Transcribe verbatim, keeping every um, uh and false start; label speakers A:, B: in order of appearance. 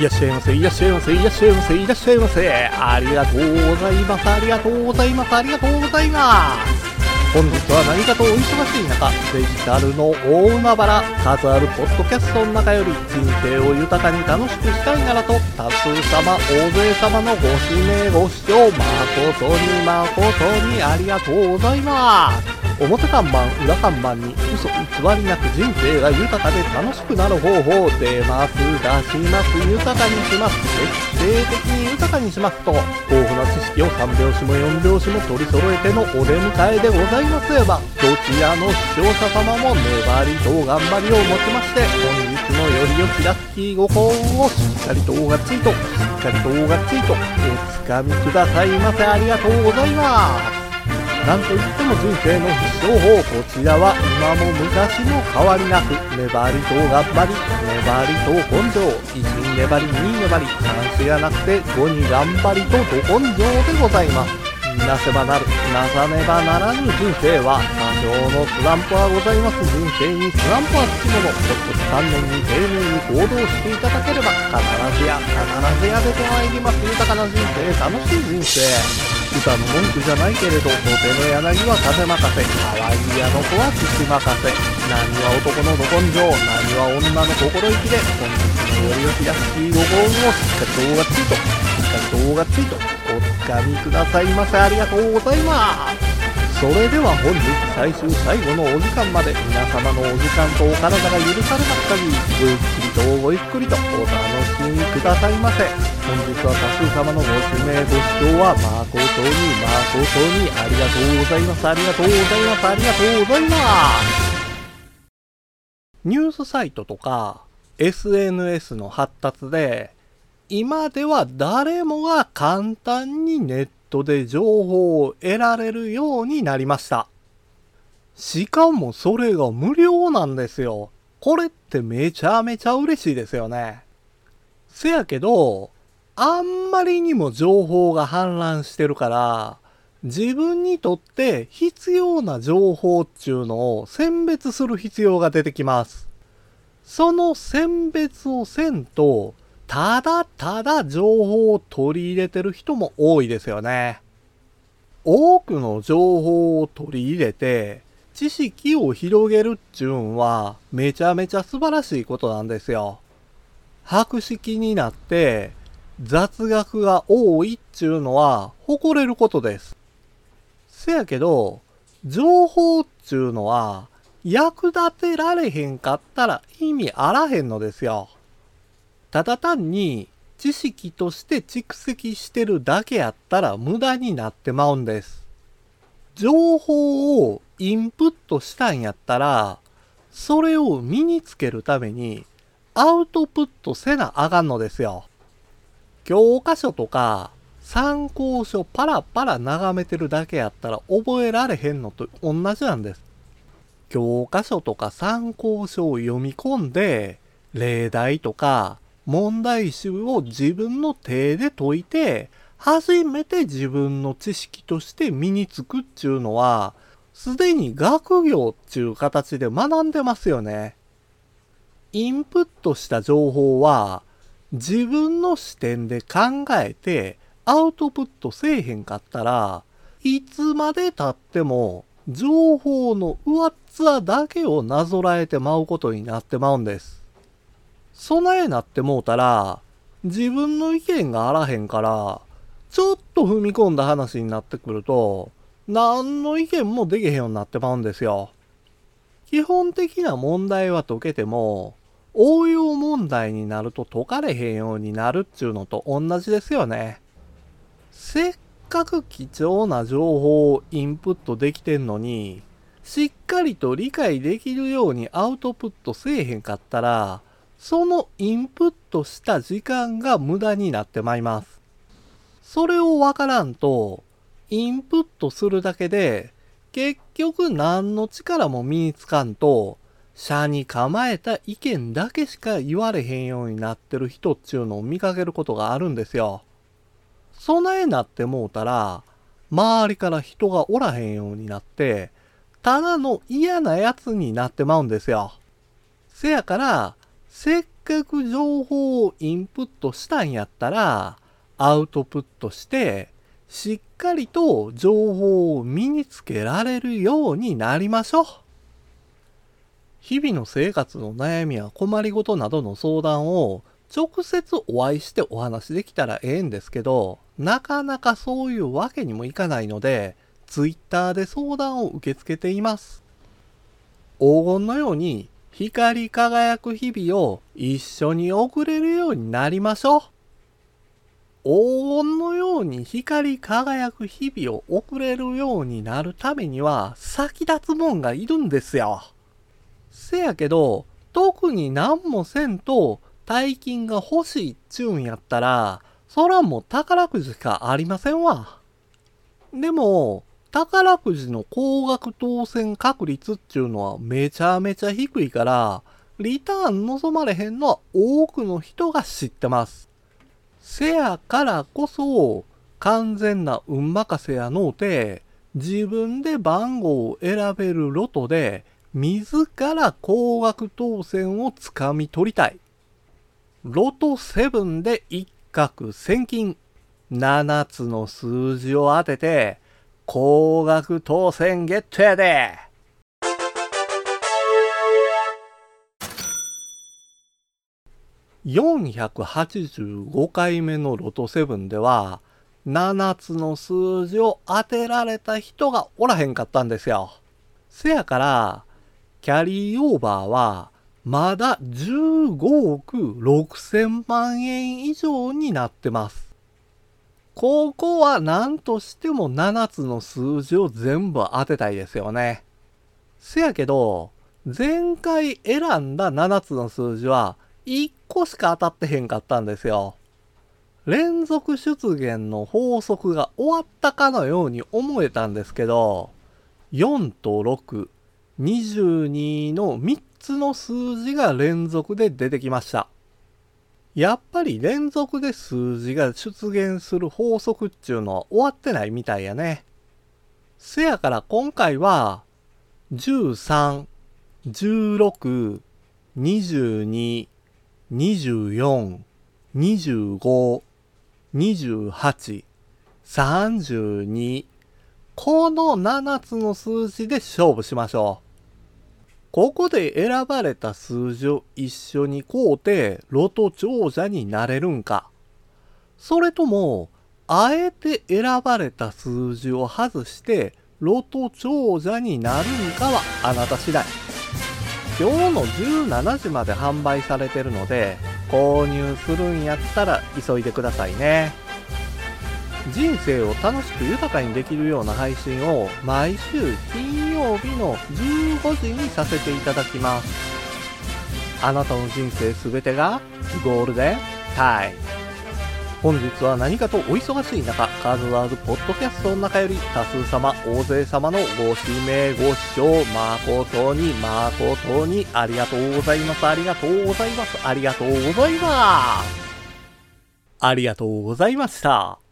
A: いらっしゃいませいらっしゃいませいらっしゃいませいらっしゃいませ。ありがとうございますありがとうございますありがとうございます。本日は何かとお忙しい中、デジタルの大海原、数あるポッドキャストの中より人生を豊かに楽しくしたいならと、多数様大勢様のご指名ご視聴誠に誠にありがとうございます。表看板裏看板に嘘偽りなく人生が豊かで楽しくなる方法出ます出します豊かにします徹底的に豊かにしますと、豊富な知識をさん拍子もよん拍子も取り揃えてのお出迎えでございますれば、どちらの視聴者様も粘りと頑張りをもちまして、本日のよりよきラッキーご幸運をしっかりとがっちりとしっかりとがっちりとおつかみくださいませ。ありがとうございます。なんといっても人生の必勝法、こちらは今も昔も変わりなく、粘りと頑張り、粘りと根性、いちに粘りに粘り、さんしがなくてごに頑張りとど根性でございます。なせばなる、なさねばならぬ人生は多少のスランプはございます。人生にスランプはつきもの、コツコツ丹念に丁寧に行動していただければ、必ずや必ずや出てまいります。豊かな人生、楽しい人生。歌の文句じゃないけれど、土手の柳は風任せ、可愛いあの子は父任せ。何は男のど根性、何は女の心意気で、本日のよりよきラッキーご幸運をしっかりとがっちりと、しっかりとがっちりとおつかみくださいませ。ありがとうございます。それでは本日最終最後のお時間まで、皆様のお時間とお体が許されます限り、ごゆっくりとごゆっくりとお楽しみくださいませ。本日は多数様のご指名ご視聴は誠に誠にありがとうございますありがとうございますありがとうございます。ニュースサイトとか エスエヌエス の発達で、今では誰もが簡単にネットで情報を得られるようになりました。しかもそれが無料なんですよ。これってめちゃめちゃ嬉しいですよね。せやけど、あんまりにも情報が氾濫してるから、自分にとって必要な情報っていうのを選別する必要が出てきます。その選別をせんと、ただただ情報を取り入れてる人も多いですよね。多くの情報を取り入れて、知識を広げるっちゅうんはめちゃめちゃ素晴らしいことなんですよ。博識になって雑学が多いっちゅうのは誇れることです。せやけど、情報っちゅうのは役立てられへんかったら意味あらへんのですよ。ただ単に知識として蓄積してるだけやったら無駄になってまうんです。情報をインプットしたんやったら、それを身につけるためにアウトプットせなあかんのですよ。教科書とか参考書パラパラ眺めてるだけやったら覚えられへんのと同じなんです。教科書とか参考書を読み込んで、例題とか問題集を自分の手で解いて、初めて自分の知識として身につくっちゅうのは、すでに学業っちゅう形で学んでますよね。インプットした情報は、自分の視点で考えてアウトプットせえへんかったら、いつまで経っても情報の上っ面だけをなぞらえてまうことになってまうんです。備えなってもうたら、自分の意見があらへんから、ちょっと踏み込んだ話になってくると、何の意見もできへんようになってまうんですよ。基本的な問題は解けても、応用問題になると解かれへんようになるっちゅうのと同じですよね。せっかく貴重な情報をインプットできてんのに、しっかりと理解できるようにアウトプットせえへんかったら、そのインプットした時間が無駄になってまいります。それをわからんと、インプットするだけで、結局何の力も身につかんと、斜に構えた意見だけしか言われへんようになってる人っちゅうのを見かけることがあるんですよ。備えなってもうたら、周りから人がおらへんようになって、ただの嫌なやつになってまうんですよ。せやから、せっかく情報をインプットしたんやったら、アウトプットして、しっかりと情報を身につけられるようになりましょう。日々の生活の悩みや困りごとなどの相談を直接お会いしてお話できたらええんですけど、なかなかそういうわけにもいかないので、ツイッターで相談を受け付けています。黄金のように光り輝く日々を一緒に送れるようになりましょう。黄金のように光り輝く日々を送れるようになるためには先立つもんがいるんですよ。せやけど、特に何もせんと大金が欲しいっちゅうんやったら、そらもう宝くじしかありませんわ。でも、宝くじの高額当選確率っちゅうのはめちゃめちゃ低いから、リターン望まれへんのは多くの人が知ってます。せやからこそ、完全な運任せやのうて、自分で番号を選べるロトで、自ら高額当選をつかみ取りたい。ロトセブンで一攫千金。ななつの数字を当てて、高額当選ゲットやで。よんひゃくはちじゅうごかいめのロトセブンでは、ななつの数字を当てられた人がおらへんかったんですよ。せやから、キャリーオーバーは、まだじゅうごおくろくせんまんえん以上になってます。ここは何としてもななつの数字を全部当てたいですよね。せやけど、前回選んだななつの数字はいっこしか当たってへんかったんですよ。連続出現の法則が終わったかのように思えたんですけど、よんとろく、にじゅうにのみっつの数字が連続で出てきました。やっぱり連続で数字が出現する法則っちゅうのは終わってないみたいやね。せやから今回はじゅうさん、じゅうろく、にじゅうに、にじゅうよん、にじゅうご、にじゅうはち、さんじゅうに、このななつの数字で勝負しましょう。ここで選ばれた数字を一緒に買うてロト長者になれるんか。それとも、あえて選ばれた数字を外してロト長者になるんかはあなた次第。今日のじゅうしちじまで販売されてるので、購入するんやったら急いでくださいね。人生を楽しく豊かにできるような配信を毎週金曜日のじゅうごじにさせていただきます。あなたの人生すべてがゴールデンタイム。本日は何かとお忙しい中、数あるポッドキャストの中より多数様、大勢様のご指名ご視聴誠に誠にありがとうございます。ありがとうございます。ありがとうございます。ありがとうございました。